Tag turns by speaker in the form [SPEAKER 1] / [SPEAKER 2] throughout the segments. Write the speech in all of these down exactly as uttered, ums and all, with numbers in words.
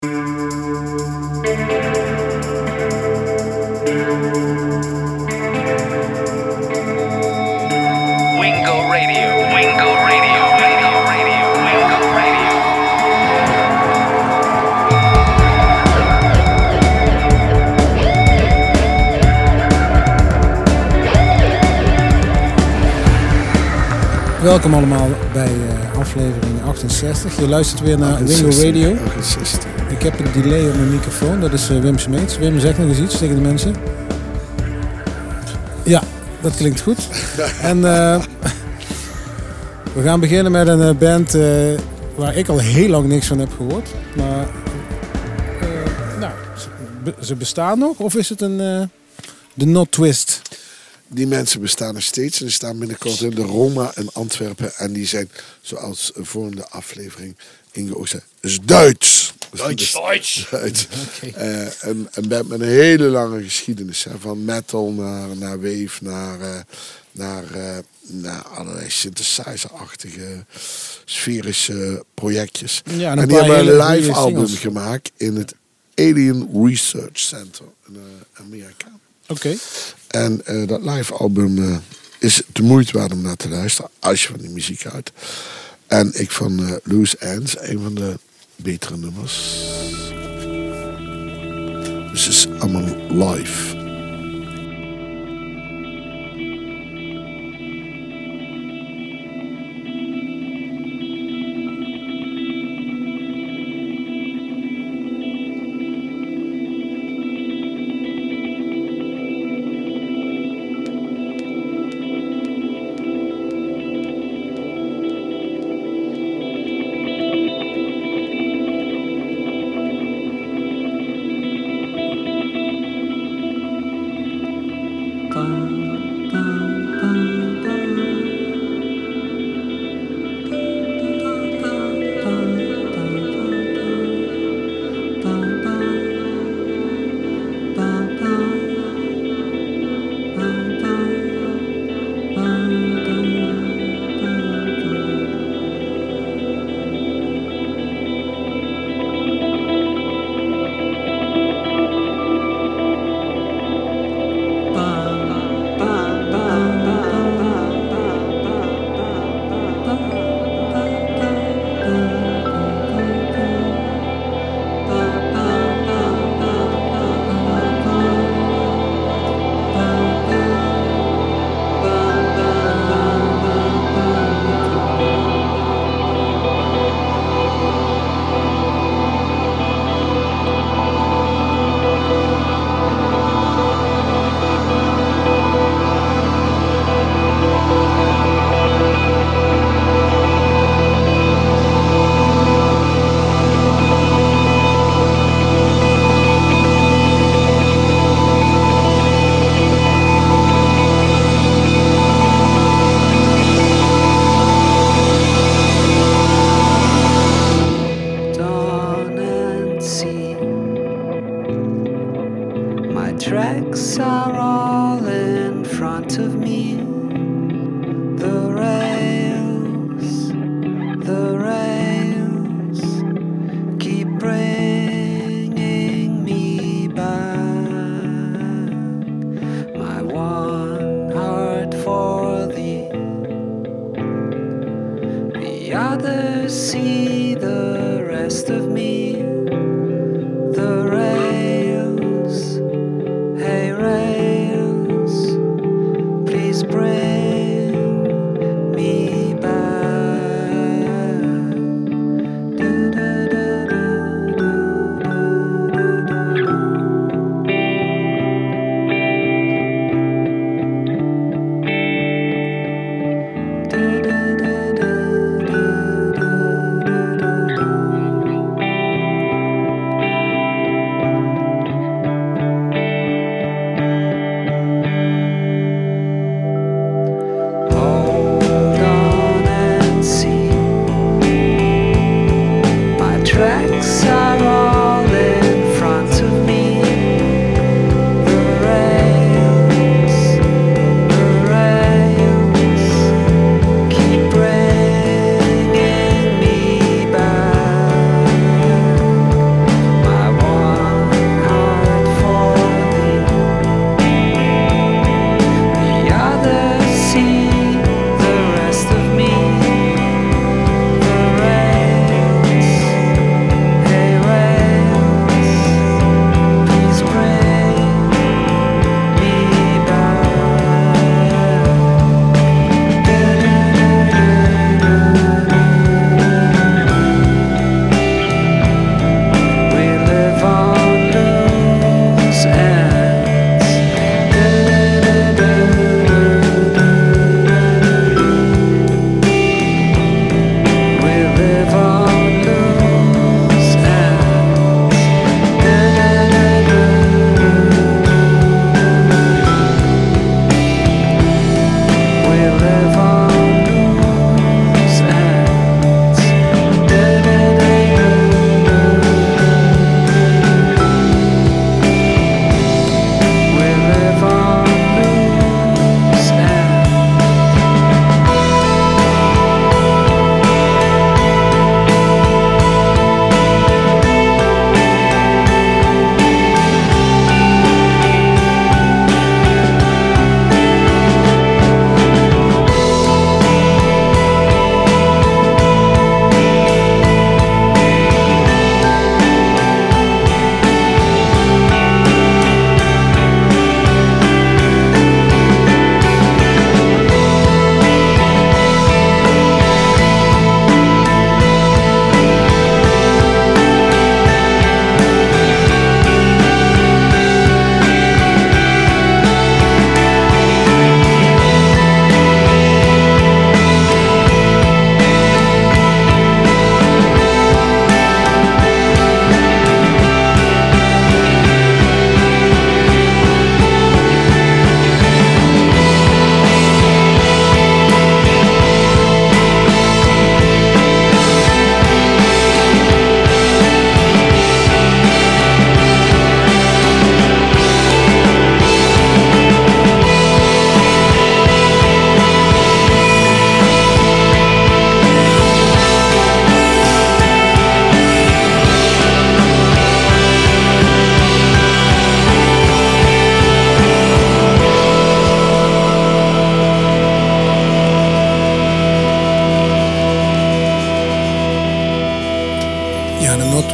[SPEAKER 1] Welkom allemaal bij uh, aflevering achtenzestig. Je luistert weer naar Wingo Radio.
[SPEAKER 2] achtenzestig.
[SPEAKER 1] Ik heb een delay op mijn microfoon, dat is uh, Wim Smeets. Wim, zeg nog eens iets tegen de mensen. Ja, dat klinkt goed. En uh, we gaan beginnen met een uh, band uh, waar ik al heel lang niks van heb gehoord. Maar uh, nou, ze, ze bestaan nog, of is het een uh, de Not Twist?
[SPEAKER 2] Die mensen bestaan nog steeds en die staan binnenkort in de Roma in Antwerpen. En die zijn, zoals de volgende aflevering ingeoogst, is Duits.
[SPEAKER 3] Duits. Duits.
[SPEAKER 2] Duits. Okay. Uh, een, een band met een hele lange geschiedenis. Hè, van metal naar, naar wave, naar, uh, naar, uh, naar allerlei synthesizer-achtige sferische projectjes.
[SPEAKER 1] Ja, en,
[SPEAKER 2] en die hebben een live album gemaakt in het Alien Research Center in uh, Amerika.
[SPEAKER 1] Oké. Okay.
[SPEAKER 2] En uh, dat live album uh, is de moeite waard om naar te luisteren, als je van die muziek houdt. En ik vond uh, Loose Ends een van de betere nummers. Dus het is allemaal live.
[SPEAKER 4] Hey rails,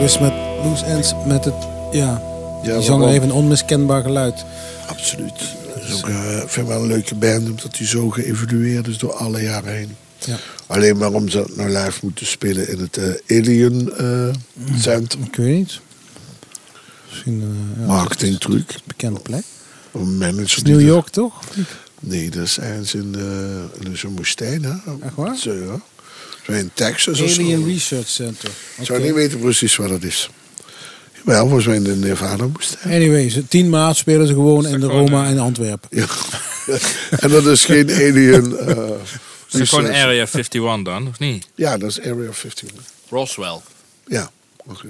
[SPEAKER 1] is met Loose Ends, met het, ja,
[SPEAKER 2] Ja,
[SPEAKER 1] die zanger
[SPEAKER 2] waarom?
[SPEAKER 1] heeft een onmiskenbaar geluid.
[SPEAKER 2] Absoluut. Dat is ook, uh, ik vind wel een leuke band, omdat die zo geëvolueerd is door alle jaren heen.
[SPEAKER 1] Ja.
[SPEAKER 2] Alleen waarom ze nou live moeten spelen in het uh, Alien uh, Center.
[SPEAKER 1] Ik weet niet. Misschien uh, ja,
[SPEAKER 2] Marketing truc.
[SPEAKER 1] een bekende plek.
[SPEAKER 2] Een manager
[SPEAKER 1] Is
[SPEAKER 2] die
[SPEAKER 1] New
[SPEAKER 2] dat-
[SPEAKER 1] York toch?
[SPEAKER 2] Nee, dat is ergens in, uh, in zo'n woestijn, hè?
[SPEAKER 1] Echt waar?
[SPEAKER 2] Zo, ja. Zo in Texas of zo.
[SPEAKER 1] Alien Research Center.
[SPEAKER 2] Ik zou
[SPEAKER 1] Oké.
[SPEAKER 2] niet weten precies wat dat is. Wel, volgens mij in de Nirvana-woestijn.
[SPEAKER 1] Anyways, tien maart spelen ze gewoon in de
[SPEAKER 3] gewoon,
[SPEAKER 1] Roma
[SPEAKER 3] eh,
[SPEAKER 1] in Antwerpen.
[SPEAKER 2] Ja. En dat is geen Alien... Uh,
[SPEAKER 3] Is dat gewoon
[SPEAKER 2] research.
[SPEAKER 3] Area eenenvijftig dan, of niet?
[SPEAKER 2] Ja, dat is Area eenenvijftig.
[SPEAKER 3] Roswell.
[SPEAKER 2] Ja, oké.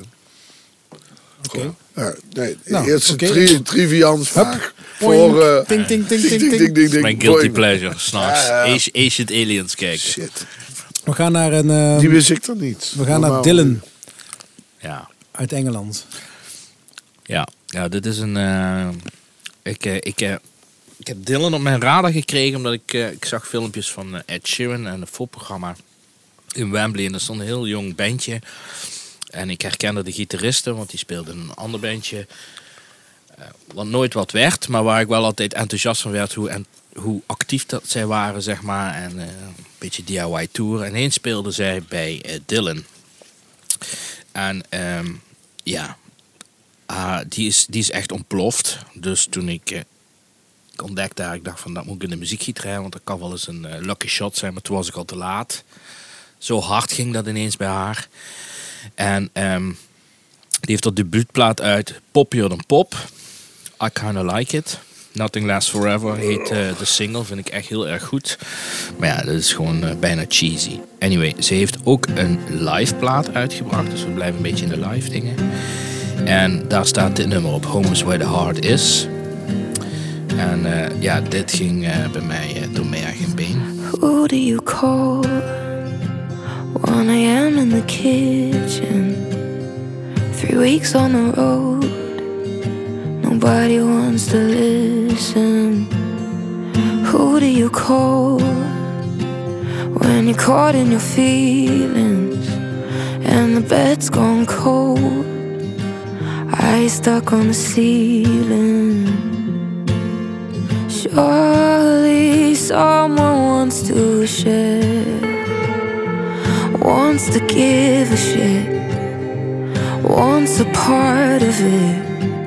[SPEAKER 1] Oké.
[SPEAKER 2] Ja, nee,
[SPEAKER 1] Nou,
[SPEAKER 2] eerst een
[SPEAKER 1] oké.
[SPEAKER 2] tri triviansvraag.
[SPEAKER 1] Poing.
[SPEAKER 2] Voor... uh,
[SPEAKER 1] Ting, ting, ting,
[SPEAKER 2] ding,
[SPEAKER 1] ting,
[SPEAKER 2] ding,
[SPEAKER 1] ting.
[SPEAKER 2] ding, ding, ding.
[SPEAKER 3] Mijn guilty
[SPEAKER 2] Boing.
[SPEAKER 3] pleasure, s'nachts.
[SPEAKER 2] Ja, ja.
[SPEAKER 3] Ancient Ancient Aliens kijken.
[SPEAKER 2] Shit.
[SPEAKER 1] We gaan naar een... ehm,
[SPEAKER 2] Die wist ik dan niet.
[SPEAKER 1] we gaan
[SPEAKER 2] Normaal-
[SPEAKER 1] naar Dylan
[SPEAKER 3] Ja.
[SPEAKER 1] uit Engeland.
[SPEAKER 3] Ja, ja, dit is een... eh, ik, eh, ik, eh, ik heb Dylan op mijn radar gekregen omdat ik, eh, ik zag filmpjes van eh, Ed Sheeran en een voorprogramma in Wembley. En er stond een heel jong bandje. En ik herkende de gitaristen, want die speelde in een ander bandje. eh, wat nooit wat werd, maar waar ik wel altijd enthousiast van werd hoe, en, hoe actief dat zij waren, zeg maar. En eh, een beetje D I Y tour. En eens speelden zij bij eh, Dylan. En ehm, ja... Ah, die, is, die is echt ontploft. Dus toen ik, eh, ik ontdekte haar, ik dacht van dat moet ik in de muziekgiet rijden, want dat kan wel eens een eh, lucky shot zijn, maar toen was ik al te laat. Zo hard ging dat ineens bij haar. En ehm, die heeft haar debuutplaat uit, Poppier dan Pop. I Kinda Like It. Nothing Lasts Forever heet eh, de single, vind ik echt heel erg goed. Maar ja, dat is gewoon eh, bijna cheesy. Anyway, ze heeft ook een live plaat uitgebracht, dus we blijven een beetje in de live dingen. En daar staat dit nummer op, Home is Where the Heart Is. En uh, ja, dit ging uh, bij mij uh, door merg en been.
[SPEAKER 4] Who do you call? one a.m. in the kitchen. Three weeks on the road. Nobody wants to listen. Who do you call? When you're caught in your feelings and the bed's gone cold. I stuck on the ceiling. Surely someone wants to share, wants to give a shit, wants a part of it.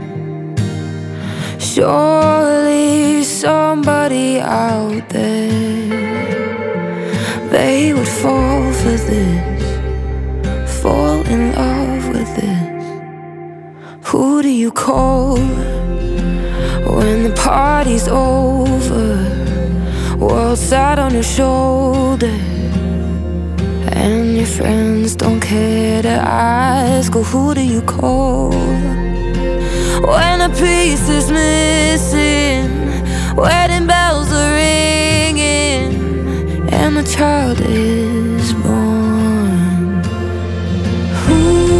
[SPEAKER 4] Surely somebody out there, they would fall for this, fall in love with this. Who do you call when the party's over? World sat on your shoulder, and your friends don't care to ask. Oh, who do you call when a piece is missing? Wedding bells are ringing, and the child is born. Who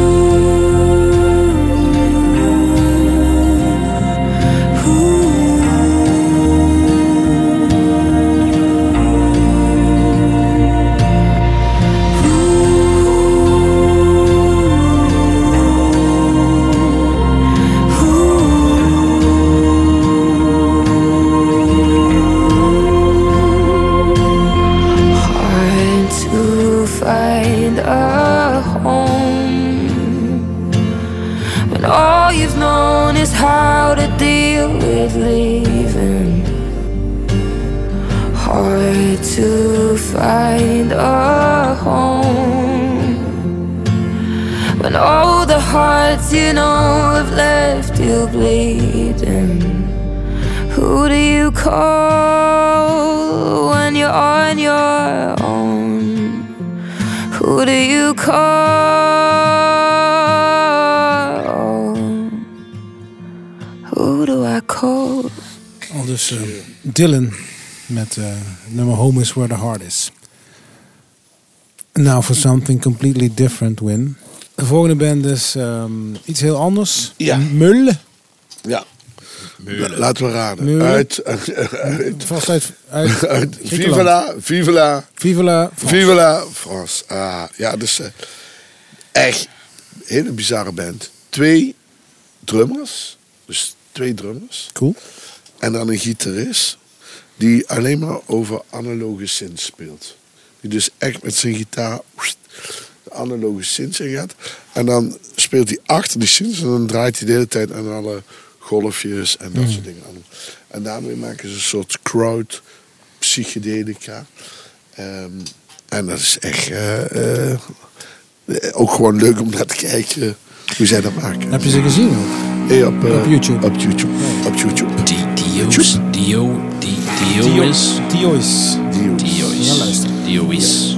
[SPEAKER 4] find a home when all you've known is how to deal with leaving. Hard to find a home when all the hearts you know have left you bleeding. Who do you call when you're on your own? Who do you call? Who do I call?
[SPEAKER 1] Al dus uh, Dylan met uh, nummer Home is Where the Heart Is. Now for something completely different, Win. De volgende band is um, iets heel anders.
[SPEAKER 2] Ja.
[SPEAKER 1] Meul.
[SPEAKER 2] Ja.
[SPEAKER 3] Meulen.
[SPEAKER 2] Laten we raden.
[SPEAKER 1] Meulen.
[SPEAKER 2] Uit, uit, uit,
[SPEAKER 1] Vast uit, uit,
[SPEAKER 2] uit
[SPEAKER 1] Griekenland.
[SPEAKER 2] Vivela, Vivela,
[SPEAKER 1] Vivela. France.
[SPEAKER 2] Vivela, France. Ah, ja, dus uh, echt hele bizarre band. Twee drummers. Dus twee drummers.
[SPEAKER 1] Cool.
[SPEAKER 2] En dan een gitarist. Die alleen maar over analoge synths speelt. Die dus echt met zijn gitaar de analoge synths in gaat. En dan speelt hij achter die synths. En dan draait hij de hele tijd aan alle golfjes en dat
[SPEAKER 1] Mm.
[SPEAKER 2] soort dingen aan. En daarmee maken ze een soort crowd psychedelica. Um, en dat is echt uh, uh, ook gewoon leuk om naar te kijken hoe zij dat maken.
[SPEAKER 1] Heb je ze gezien ook?
[SPEAKER 2] Hey, op, uh,
[SPEAKER 1] Op YouTube?
[SPEAKER 2] Op YouTube. Op YouTube.
[SPEAKER 3] Die Dio's. Dio. Die Dio is.
[SPEAKER 1] Dio is.
[SPEAKER 3] Dio is.
[SPEAKER 1] Ja, luisteren.
[SPEAKER 3] Dio is.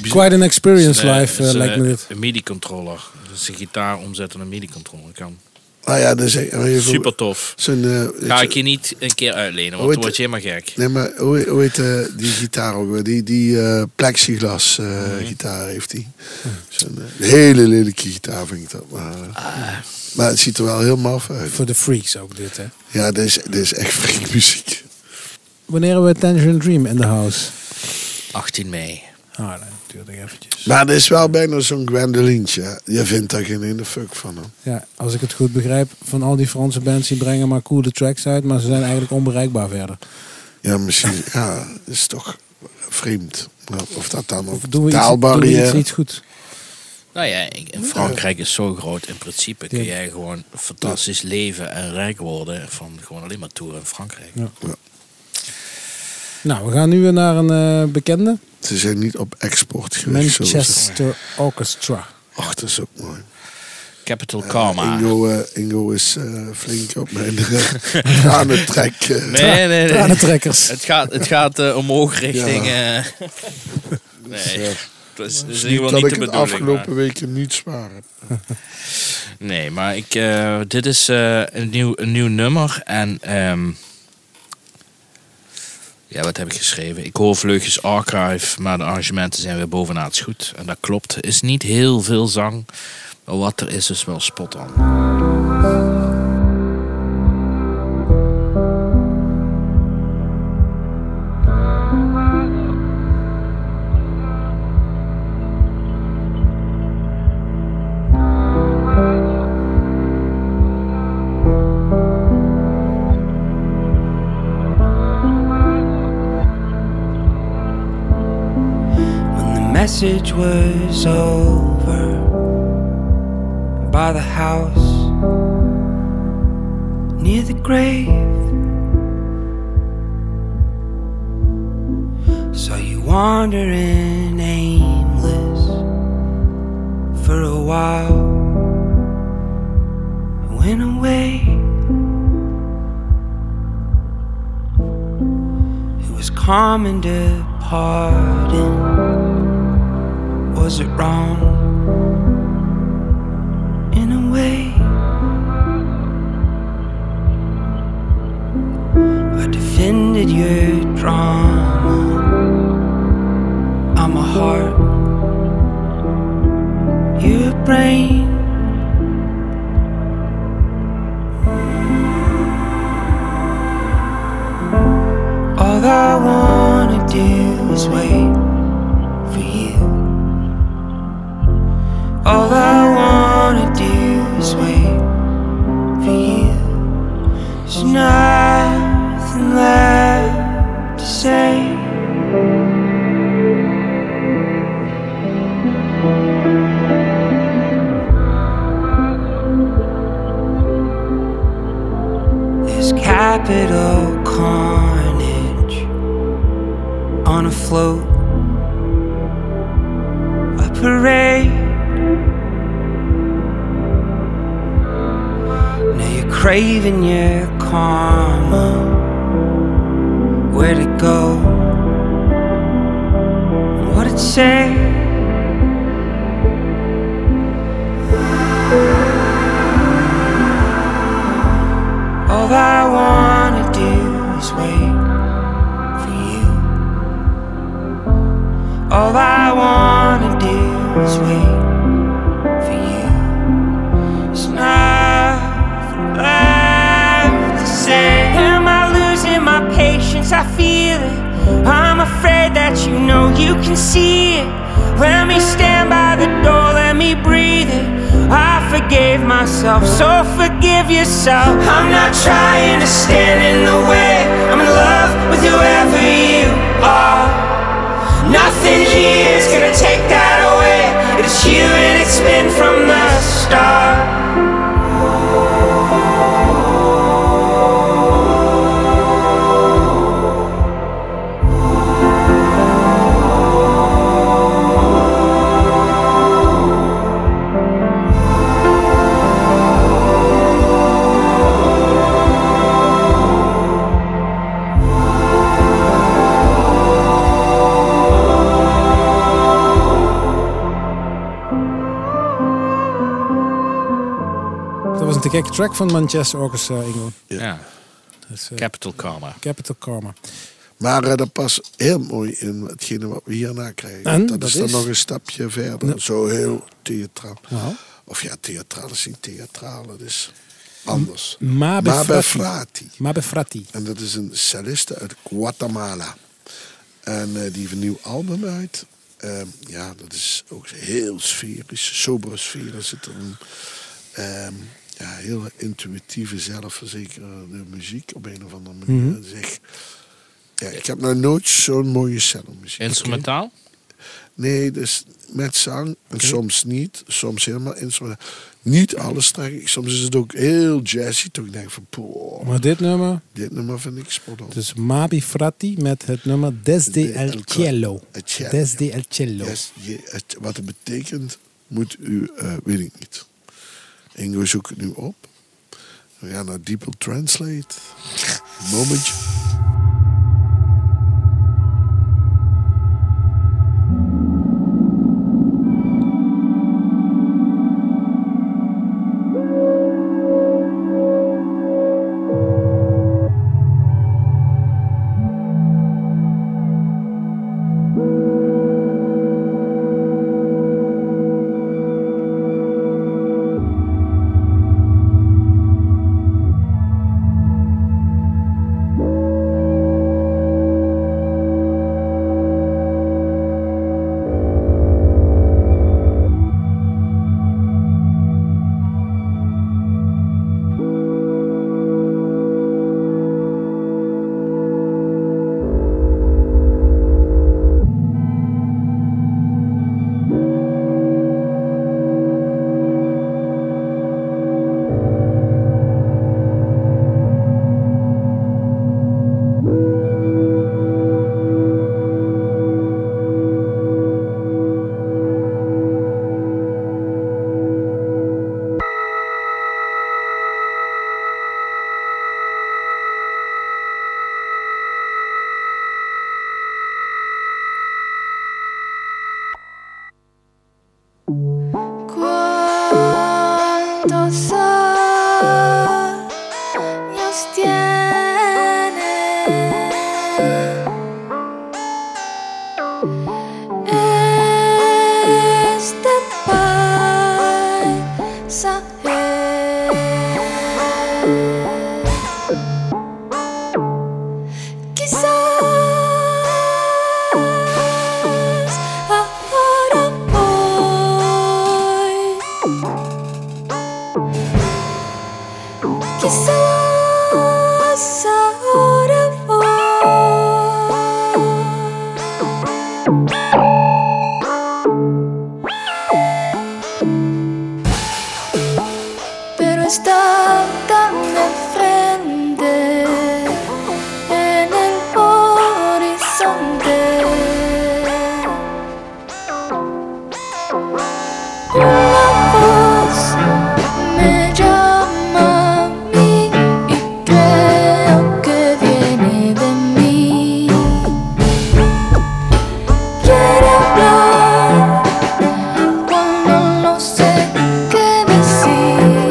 [SPEAKER 1] quite an experience
[SPEAKER 3] Nee,
[SPEAKER 1] live,
[SPEAKER 3] het is,
[SPEAKER 1] uh, lijkt me
[SPEAKER 3] uh,
[SPEAKER 1] dit.
[SPEAKER 3] Een midi-controller. Dus een gitaar omzetten naar een midi-controller kan.
[SPEAKER 2] Ah ja, dat is even,
[SPEAKER 3] super tof.
[SPEAKER 2] Zo'n, uh,
[SPEAKER 3] Ga ik je niet een keer uitlenen, want dan word je helemaal gek.
[SPEAKER 2] Nee, maar hoe, hoe heet uh, die gitaar ook weer? Die, die uh, plexiglas uh, mm-hmm. gitaar heeft hij. Mm. Zo'n uh, hele lelijke gitaar vind ik dat. Maar, uh, ah. maar het ziet er wel heel maf uit.
[SPEAKER 1] Voor de freaks ook dit, hè?
[SPEAKER 2] Ja, dit is, dit is echt freak muziek.
[SPEAKER 1] Wanneer hebben we Tangerine Dream in the house?
[SPEAKER 3] achttien mei.
[SPEAKER 1] Ah, dat duurt eventjes.
[SPEAKER 2] Maar dat is wel bijna zo'n Gwendolientje. Je vindt daar geen ene fuck van hem.
[SPEAKER 1] Ja, als ik het goed begrijp, van al die Franse bands die brengen maar coole tracks uit, maar ze zijn eigenlijk onbereikbaar verder.
[SPEAKER 2] Ja, misschien. Ja, dat is toch vreemd. Of dat dan
[SPEAKER 1] of
[SPEAKER 2] ook
[SPEAKER 1] doen we
[SPEAKER 2] taalbarrière.
[SPEAKER 1] Iets, doen we iets, iets goed?
[SPEAKER 3] Nou ja, in Frankrijk is zo groot. In principe kun jij gewoon fantastisch leven en rijk worden van gewoon alleen maar toeren in Frankrijk.
[SPEAKER 1] Ja. Ja. Nou, we gaan nu weer naar een uh, bekende.
[SPEAKER 2] Ze zijn niet op export geweest.
[SPEAKER 1] Manchester Orchestra.
[SPEAKER 2] Ach, dat is ook mooi.
[SPEAKER 3] Capital Karma.
[SPEAKER 2] Uh, Ingo, uh, Ingo is uh, flink op mijn tranentrek. Uh,
[SPEAKER 3] nee, nee, nee.
[SPEAKER 1] Tranentrekkers.
[SPEAKER 3] Het gaat, het gaat uh, omhoog richting...
[SPEAKER 2] Ja.
[SPEAKER 3] Uh, nee,
[SPEAKER 2] ja.
[SPEAKER 3] dat is, dat is
[SPEAKER 2] niet
[SPEAKER 3] in ieder geval
[SPEAKER 2] dat
[SPEAKER 3] niet
[SPEAKER 2] ik
[SPEAKER 3] de
[SPEAKER 2] het
[SPEAKER 3] bedoeling.
[SPEAKER 2] afgelopen
[SPEAKER 3] maar.
[SPEAKER 2] weken niet zwaar heb.
[SPEAKER 3] Nee, maar ik, uh, dit is uh, een, nieuw, een nieuw nummer. En... Um, ja, wat heb ik geschreven? Ik hoor Vleugjes Archive, maar de arrangementen zijn weer bovenaards goed. En dat klopt. Er is niet heel veel zang, maar wat er is, is wel spot on.
[SPEAKER 5] Message was over by the house near the grave. Saw you wandering aimless for a while, went away. It was common to pardon. Was it wrong? In a way, I defended your drama. I'm a heart, you're a brain. All I wanna do is wait for you. All I wanna do is wait for you. There's nothing left to say. There's capital carnage on a float, a parade. Craving your karma, where'd it go? What'd it say? All I wanna do is wait for you. All I wanna do is wait for you. It's not left to say. Am I losing my patience? I feel it. I'm afraid that you know you can see it. Let me stand by the door, let me breathe it. I forgave myself, so forgive yourself. I'm not trying to stand in the way. I'm in love with whoever you are. Nothing here is gonna take that away. It's you and it's been from the start.
[SPEAKER 1] te gekke track van Manchester Orchestra, Ingo.
[SPEAKER 2] Ja.
[SPEAKER 3] Ja.
[SPEAKER 1] Dus, uh,
[SPEAKER 3] Capital Karma.
[SPEAKER 1] Capital Karma.
[SPEAKER 2] Maar uh, dat past heel mooi in hetgene wat we hierna krijgen.
[SPEAKER 1] En,
[SPEAKER 2] dat,
[SPEAKER 1] dat
[SPEAKER 2] is dan
[SPEAKER 1] is?
[SPEAKER 2] nog een stapje verder.
[SPEAKER 1] Ja.
[SPEAKER 2] Zo heel theatraal.
[SPEAKER 1] Wow.
[SPEAKER 2] Of ja, theatraal is niet theatraal. Het is anders.
[SPEAKER 1] Mabe
[SPEAKER 2] Mabe
[SPEAKER 1] Frati.
[SPEAKER 2] Frati.
[SPEAKER 1] Mabe Frati.
[SPEAKER 2] En dat is een celliste uit Guatemala. En uh, die heeft een nieuw album uit. Uh, ja, dat is ook heel sferisch. Sobere sfeer. Er zit een um, ja, heel intuïtieve, zelfverzekerde muziek op een of andere manier.
[SPEAKER 1] Mhm.
[SPEAKER 2] Dat is echt, ja, ik heb nou nooit zo'n mooie cellomuziek.
[SPEAKER 3] Instrumentaal?
[SPEAKER 2] Nee, dus met zang. En
[SPEAKER 1] Oké.
[SPEAKER 2] soms niet. Soms helemaal instrumentaal. Niet alles trek ik. Soms is het ook heel jazzy. Toen ik denk van, poh,
[SPEAKER 1] Maar dit nummer,
[SPEAKER 2] dit nummer vind ik spot on.
[SPEAKER 1] dus Mabe Frati met het nummer Desde
[SPEAKER 2] De
[SPEAKER 1] el
[SPEAKER 2] El
[SPEAKER 1] Cielo.
[SPEAKER 2] El Cielo.
[SPEAKER 1] Desde el Cielo.
[SPEAKER 2] Yes, je, het, wat het betekent, moet u, uh, weet ik niet. Ingo zoekt het nu op. We gaan naar DeepL Translate. Momentje.
[SPEAKER 4] ¿Cuántos años tiene este paisaje? Quizás ahora voy, quizás ahora voy, pero está tan de frente en el horizonte. Una voz me llama a mí y creo que viene de mí. Quiere hablar cuando no sé qué decir.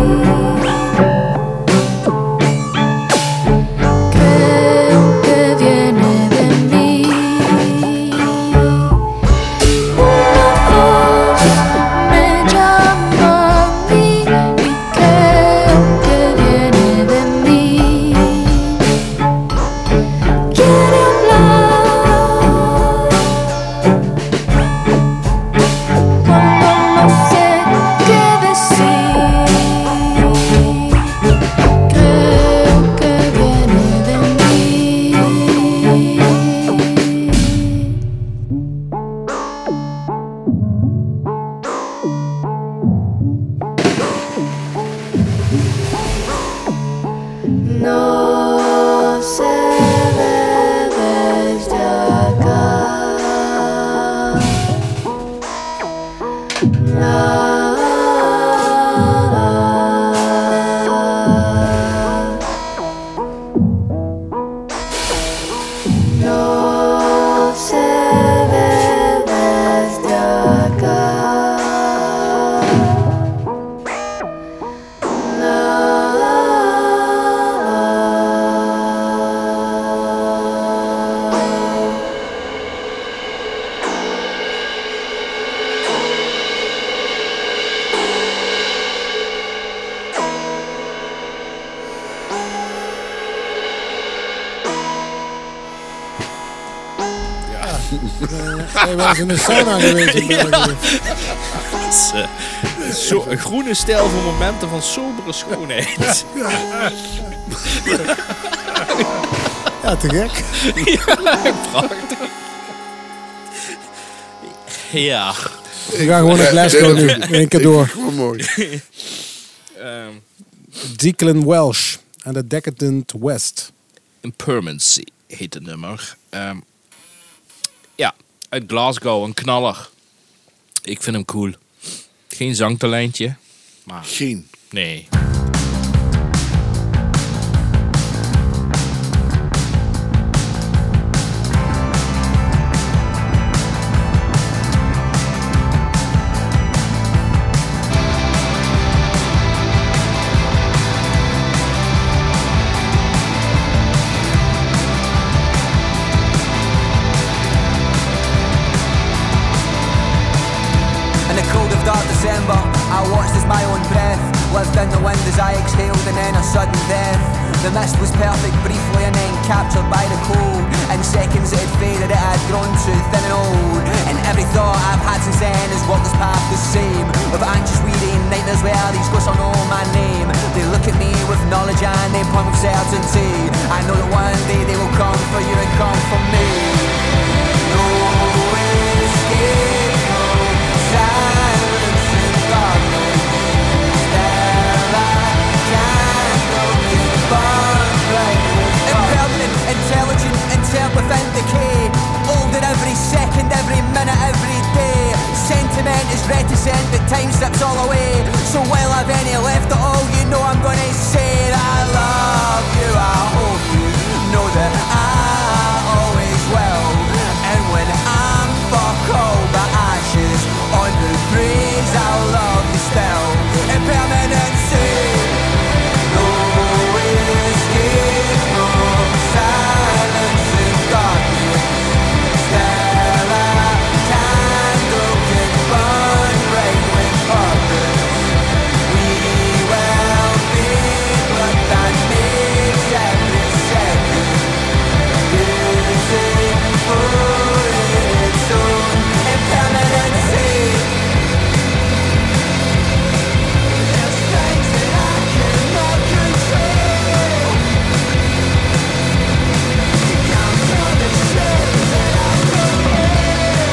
[SPEAKER 4] Creo que viene de mí. Una voz me llama a mí y creo que viene de mí. Quiere hablar cuando no sé qué decir. Creo que viene de mí. No se ve desde acá. Nada. No se ve desde acá.
[SPEAKER 1] Ben je wel eens in de sauna geweest in België?
[SPEAKER 3] Zo, een groene stijl voor momenten van sobere schoonheid.
[SPEAKER 1] Ja, te gek.
[SPEAKER 3] Prachtig. Ja.
[SPEAKER 1] We gaan gewoon naar Glasgow nu. Eén keer door.
[SPEAKER 2] Gewoon mooi.
[SPEAKER 3] Um,
[SPEAKER 1] Declan Welsh en The Decadent West.
[SPEAKER 3] Impermanency heet het nummer. Um, ja, uit Glasgow, een knaller. Ik vind hem cool. Geen zangtalentje, maar...
[SPEAKER 2] Geen.
[SPEAKER 3] Nee.
[SPEAKER 6] I watched as my own breath lived in the wind as I exhaled, and then a sudden death. The mist was perfect briefly and then captured by the cold. In seconds it had faded, it had grown too thin and old. And every thought I've had since then has walked this path the same. Of anxious weary nightmares where these ghosts all know my name. They look at me with knowledge and they point with certainty. I know that one day they will come for you and come for me. No escape, no silence in darkness. Intelligent, intent within decay. Older every second, every minute, every day. Sentiment is reticent, but time slips all away. So while I've any left at all, you know I'm gonna say that I love you. I hope you know that I always will. And when I'm fuck all the ashes on the breeze, I'll love you still. Impermanency. No escape from silence and darkness. Stella candle can burn bright with purpose. We will feel what that makes every second. Using for its own impermanency. There's things that I cannot control. Comes on the shades that I prefer.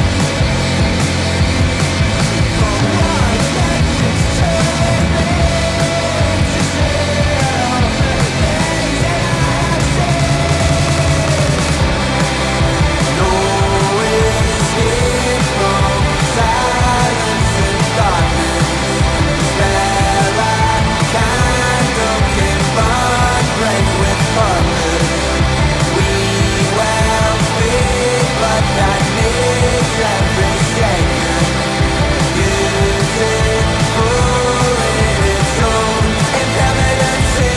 [SPEAKER 6] But one that is turning to zero. Things that I say. No escape from silence and darkness. Stella candle can burn bright with purpose. We will fade, but that makes every second. Use it for its own impermanency.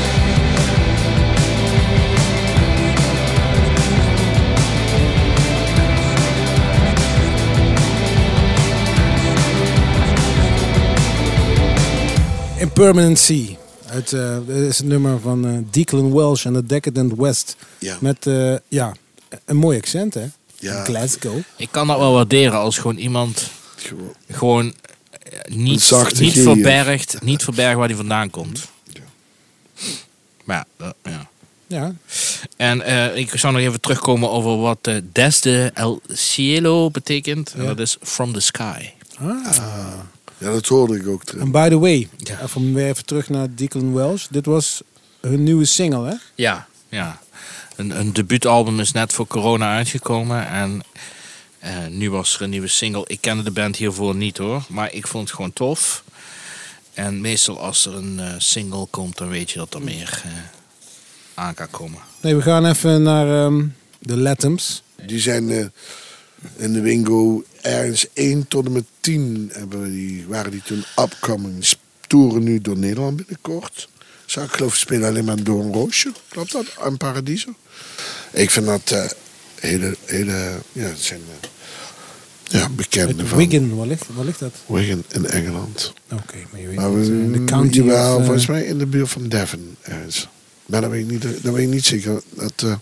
[SPEAKER 1] Impermanency. Uit, uh, dit is het nummer van uh, Declan Welsh en The Decadent West.
[SPEAKER 2] Ja.
[SPEAKER 1] Met uh, ja, een mooi accent, hè?
[SPEAKER 2] Ja.
[SPEAKER 1] Glasgow.
[SPEAKER 3] Ik kan dat wel waarderen als gewoon iemand
[SPEAKER 2] Gewoon.
[SPEAKER 3] gewoon eh,
[SPEAKER 2] Een
[SPEAKER 3] niet,
[SPEAKER 2] zachte
[SPEAKER 3] niet
[SPEAKER 2] G,
[SPEAKER 3] verbergt, niet verbergt waar hij vandaan komt.
[SPEAKER 2] Ja.
[SPEAKER 3] Maar ja, dat- ja.
[SPEAKER 1] Ja.
[SPEAKER 3] En eh, ik zou nog even terugkomen over wat eh, Desde El Cielo betekent. En
[SPEAKER 1] Ja.
[SPEAKER 3] dat is From the Sky.
[SPEAKER 1] Ah.
[SPEAKER 2] Ja, dat hoorde ik ook terug.
[SPEAKER 1] En by the way,
[SPEAKER 3] Ja.
[SPEAKER 1] even weer even terug naar Declan Welsh. Dit was hun nieuwe single, hè?
[SPEAKER 3] Ja, ja. Een, een debuutalbum is net voor corona uitgekomen. En eh, nu was er een nieuwe single. Ik kende de band hiervoor niet hoor. Maar ik vond het gewoon tof. En meestal als er een eh, single komt, dan weet je dat er meer eh, aan kan komen.
[SPEAKER 1] Nee, we gaan even naar ehm, de Latums.
[SPEAKER 2] Die zijn eh, in de Wingo ergens één tot en met tien hebben we die, waren die toen upcoming. Toeren nu door Nederland binnenkort. Zou ik geloof spelen alleen maar door een roosje. Klopt dat? En Paradiso. Ik vind dat eh, hele, hele, ja, het zijn eh, ja, bekende
[SPEAKER 1] Uit
[SPEAKER 2] van
[SPEAKER 1] Wigan, waar ligt, waar ligt dat?
[SPEAKER 2] Wigan in Engeland.
[SPEAKER 1] Oké, maar je weet
[SPEAKER 2] Maar
[SPEAKER 1] niet.
[SPEAKER 2] we,
[SPEAKER 1] eh, de county
[SPEAKER 2] wel,
[SPEAKER 1] of, eh,
[SPEAKER 2] volgens mij in de buurt van Devon ergens. Maar dat weet ik niet, dat weet ik niet zeker. Dat, eh,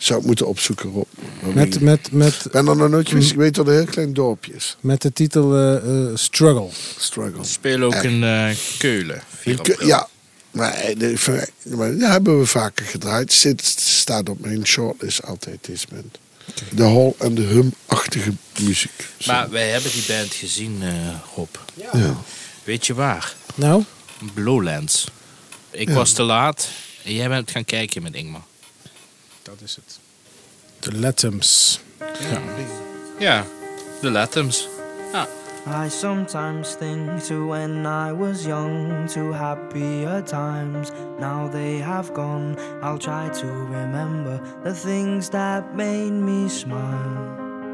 [SPEAKER 2] Zou ik moeten opzoeken, Rob.
[SPEAKER 1] Met, met, met,
[SPEAKER 2] Ik ben er nog nooit geweest. Ik weet dat er een heel klein dorpje is.
[SPEAKER 1] met de titel eh, eh, Struggle.
[SPEAKER 2] Struggle.
[SPEAKER 3] Spelen ook
[SPEAKER 2] Echt.
[SPEAKER 3] in uh, Keulen. vier april.
[SPEAKER 2] Ja, maar, eh, de- maar dat hebben we vaker gedraaid. Zit, staat op mijn shortlist altijd deze band. De hol en de hum-achtige muziek. Zo.
[SPEAKER 3] Maar wij hebben die band gezien, uh, Rob.
[SPEAKER 2] Ja.
[SPEAKER 3] Weet je waar?
[SPEAKER 1] Nou,
[SPEAKER 3] Blowlands. Ik
[SPEAKER 2] Ja.
[SPEAKER 3] was te laat en jij bent gaan kijken met Ingmar.
[SPEAKER 1] dat is het. De Latums.
[SPEAKER 3] Ja, de Latums.
[SPEAKER 7] I sometimes think to when I was young, to happier times. Now they have gone. I'll try to remember the things that made me smile.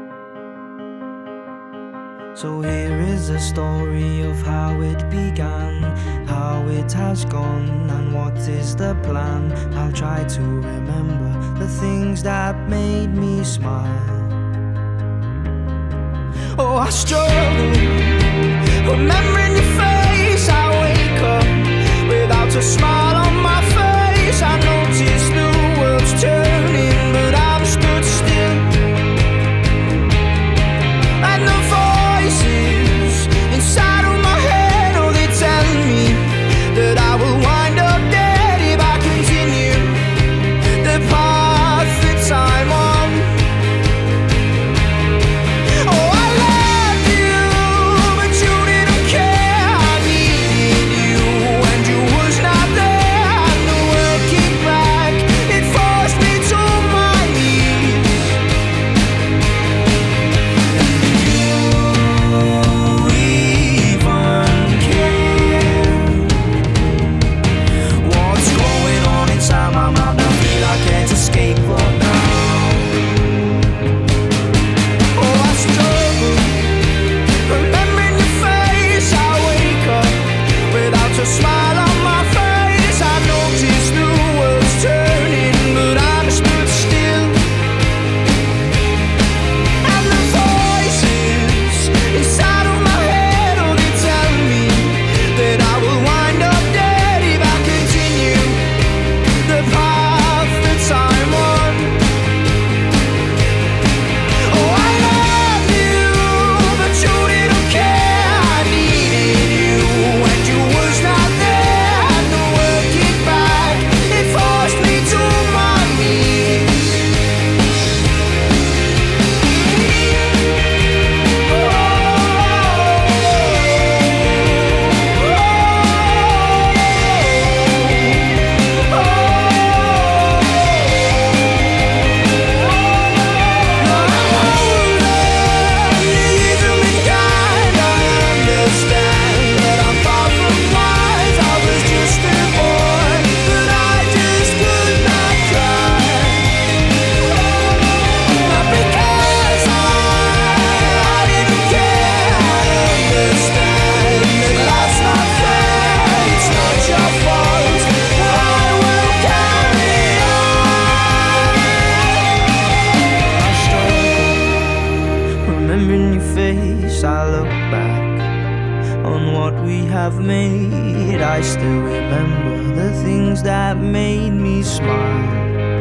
[SPEAKER 7] So here is a story of how it began, how it has gone, and what is the plan. I'll try to remember the things that made me smile. Oh, I struggle remembering your face. I wake up without a smile on my face. I notice the world's turning, but I'm stood still. And the voices inside of my head, oh, they tell me that I will wind up dead if I continue the path that I'm on. Oh, I loved you, but you didn't care. I needed you, and you was not there. And the world kicked back, it forced me to my knees. Do you even care what's going on inside my mind? I feel I can't escape right now. Oh, I struggle remembering your face. I wake up without a smile on my face. I notice the world's turning, but I'm stood still. And the voices inside of my head, oh, they tell me that I will wind up dead if I continue the path that I'm on. Oh, I loved you, but you didn't care. I needed you, and you was not there. And the world kicked back, it forced me to my knees. Remembering your face, I look back on what we have made. I still remember the things that made me smile.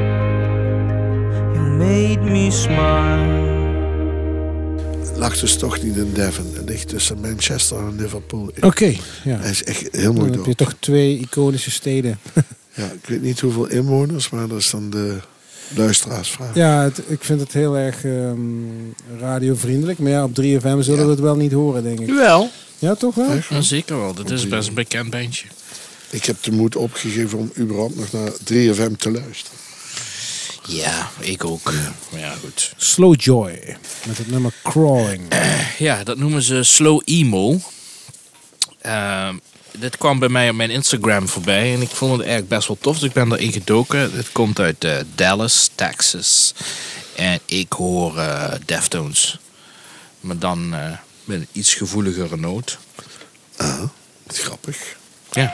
[SPEAKER 7] You made me smile.
[SPEAKER 2] Het lag dus toch niet in Devon. Het ligt tussen Manchester en Liverpool.
[SPEAKER 1] Oké, ja.
[SPEAKER 2] Hij is echt heel mooi
[SPEAKER 1] Dan heb je
[SPEAKER 2] dorp.
[SPEAKER 1] toch twee iconische steden.
[SPEAKER 2] Ja, ik weet niet hoeveel inwoners, maar dat is dan de luisteraarsvraag.
[SPEAKER 1] Ja, het, ik vind het heel erg ehm, radiovriendelijk. Maar ja, op drie F M zullen
[SPEAKER 2] Ja.
[SPEAKER 1] we het wel niet horen, denk ik.
[SPEAKER 3] Wel.
[SPEAKER 1] Ja, toch wel?
[SPEAKER 2] Echt?
[SPEAKER 3] Ja, zeker wel. Dit is best een bekend bandje.
[SPEAKER 2] Ik heb de moed opgegeven om überhaupt nog naar drie F M te luisteren.
[SPEAKER 3] Ja, ik ook. Maar ja, goed.
[SPEAKER 1] Slow Joy. Met het nummer Crawling.
[SPEAKER 3] Ja, dat noemen ze slow emo. Uh, dit kwam bij mij op mijn Instagram voorbij en ik vond het eigenlijk best wel tof. Dus ik ben erin gedoken. Het komt uit uh, Dallas, Texas. En ik hoor uh, Deftones. Maar dan uh, met een iets gevoeligere noot.
[SPEAKER 2] Ah, wat grappig.
[SPEAKER 3] Ja.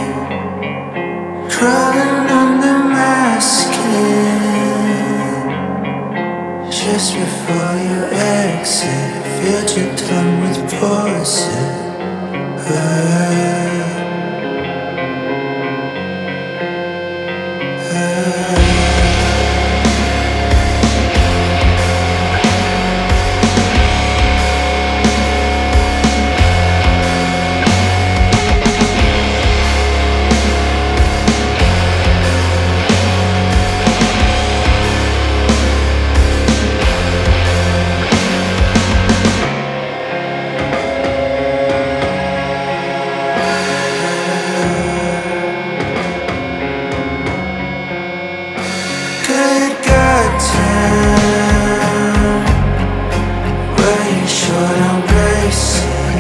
[SPEAKER 8] Crawling under my skin.
[SPEAKER 7] put on braces.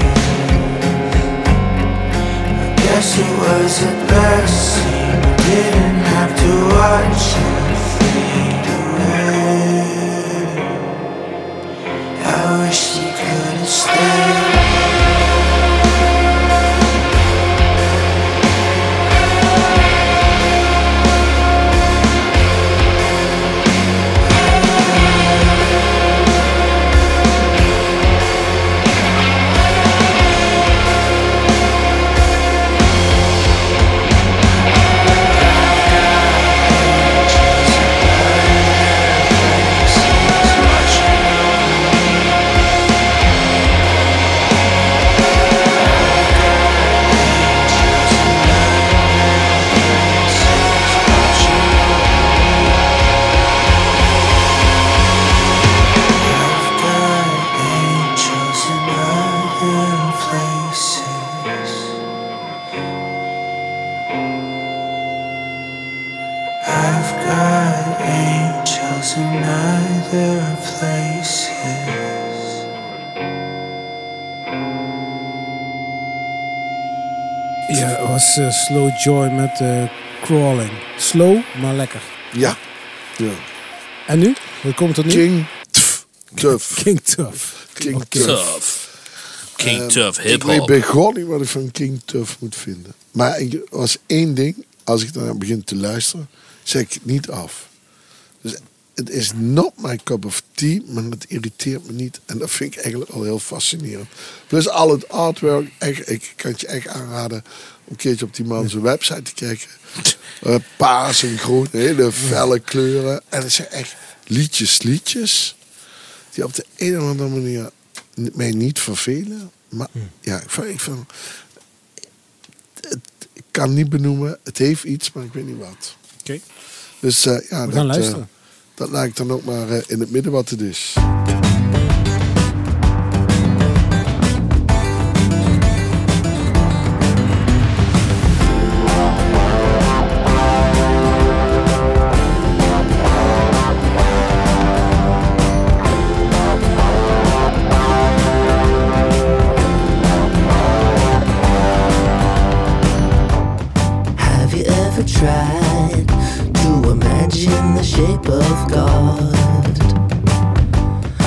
[SPEAKER 7] I guess it was a blessing. Didn't have to watch it fade away. I wish you could have stayed.
[SPEAKER 1] Ja, het was uh, Slow Joy met uh, Crawling. Slow, maar lekker.
[SPEAKER 2] Ja. ja.
[SPEAKER 1] En nu? Wat komt er nu?
[SPEAKER 2] King Tough.
[SPEAKER 1] King Tough.
[SPEAKER 2] King
[SPEAKER 3] Okay.
[SPEAKER 2] Tough.
[SPEAKER 3] King
[SPEAKER 2] Um,
[SPEAKER 3] Tough,
[SPEAKER 2] Ik weet
[SPEAKER 3] hip-hop.
[SPEAKER 2] bij God niet wat ik van King Tough moet vinden. Maar er was één ding. Als ik dan begin te luisteren, zeg ik het niet af. Dus het is not my cup of tea, maar het irriteert me niet. En dat vind ik eigenlijk al heel fascinerend. Plus al het artwork. Echt, ik kan het je echt aanraden om een keertje op die man zijn website te kijken. Uh, paars en groen, hele felle kleuren. En het zijn echt liedjes, liedjes. Die op de een of andere manier mij niet vervelen. Maar ja, ik vind... Ik, vind het, ik kan niet benoemen. Het heeft iets, maar ik weet niet wat.
[SPEAKER 1] Oké. Okay.
[SPEAKER 2] Dus uh, ja,
[SPEAKER 1] We
[SPEAKER 2] dat,
[SPEAKER 1] gaan luisteren.
[SPEAKER 2] Uh, dat laat ik dan ook maar uh, in het midden wat het is.
[SPEAKER 7] Tried to imagine the shape of God.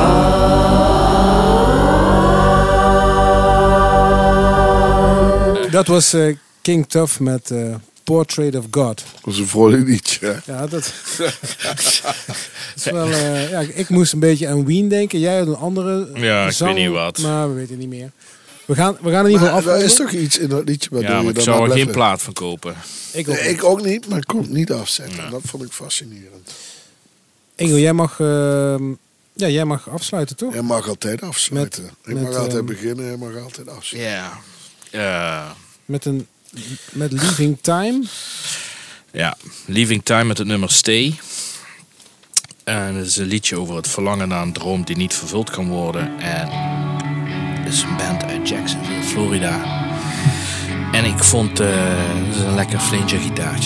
[SPEAKER 1] Dat was uh, King Tuff met uh, Portrait of God.
[SPEAKER 2] Dat is een vrolijk liedje. Hè?
[SPEAKER 1] Ja, dat, dat is wel... Uh, ja, ik moest een beetje aan Ween denken. Jij had een andere
[SPEAKER 3] Ja, ik
[SPEAKER 1] zang,
[SPEAKER 3] weet niet wat.
[SPEAKER 1] Maar we weten niet meer. We gaan, we gaan in ieder geval
[SPEAKER 2] Maar er
[SPEAKER 1] afronden.
[SPEAKER 2] is toch iets in dat liedje waardoor
[SPEAKER 3] Ja, maar
[SPEAKER 2] je
[SPEAKER 3] ik
[SPEAKER 2] daar
[SPEAKER 3] zou
[SPEAKER 2] maar
[SPEAKER 3] er geen
[SPEAKER 2] blijft-
[SPEAKER 3] plaat van kopen.
[SPEAKER 1] Ik ook.
[SPEAKER 2] Nee,
[SPEAKER 1] niet.
[SPEAKER 2] ik ook niet, maar ik kon het niet afzetten.
[SPEAKER 3] Ja.
[SPEAKER 2] En dat vond ik fascinerend.
[SPEAKER 1] Ingo, jij mag, uh, ja, jij mag afsluiten, toch?
[SPEAKER 2] Hij mag altijd afsluiten.
[SPEAKER 1] Met-
[SPEAKER 2] ik
[SPEAKER 1] met,
[SPEAKER 2] mag altijd
[SPEAKER 1] ehm,
[SPEAKER 2] beginnen, hij mag altijd afsluiten.
[SPEAKER 3] Ja. Uh,
[SPEAKER 1] Met een met Leaving Time.
[SPEAKER 3] ja, Leaving Time met het nummer Stay. En het is een liedje over het verlangen naar een droom die niet vervuld kan worden. En het is een band uit Jacksonville, Florida. En ik vond uh, het is een lekker flinger gitaartje.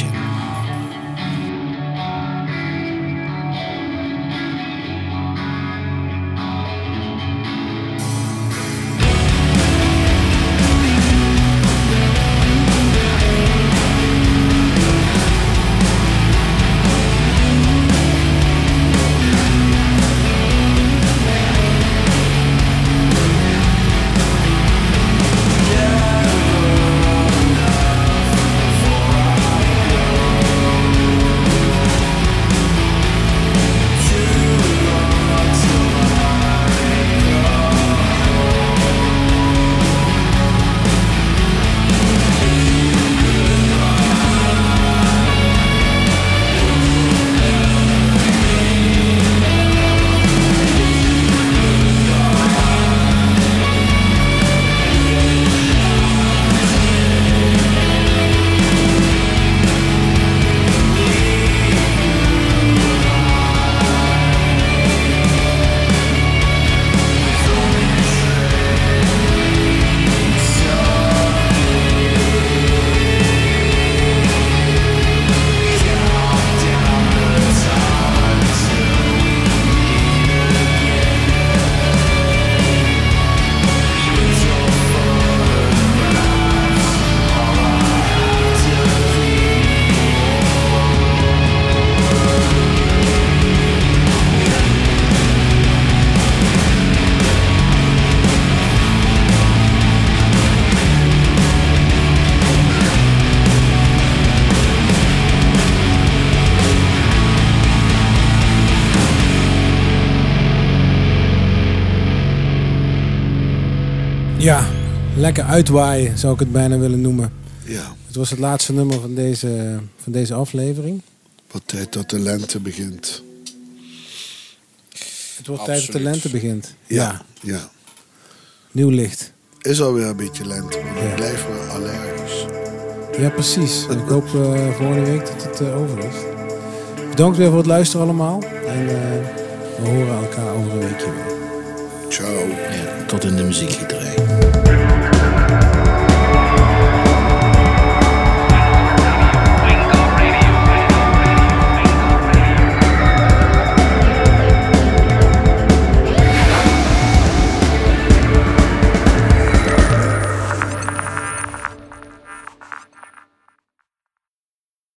[SPEAKER 1] Ja, lekker uitwaaien zou ik het bijna willen noemen.
[SPEAKER 2] Ja,
[SPEAKER 1] Het was het laatste nummer van deze, van deze aflevering.
[SPEAKER 2] wat tijd dat de lente begint.
[SPEAKER 1] Het wordt tijd dat de lente begint.
[SPEAKER 2] Ja, ja.
[SPEAKER 1] Nieuw licht.
[SPEAKER 2] Is alweer een beetje lente, maar
[SPEAKER 1] Ja.
[SPEAKER 2] ik blijf me allergisch.
[SPEAKER 1] Ja, precies. Ik hoop uh, volgende week dat het uh, over is. Bedankt weer voor het luisteren allemaal. En uh, we horen elkaar over een weekje weer.
[SPEAKER 2] Ciao.
[SPEAKER 3] Ja, tot in de muziekgieterij.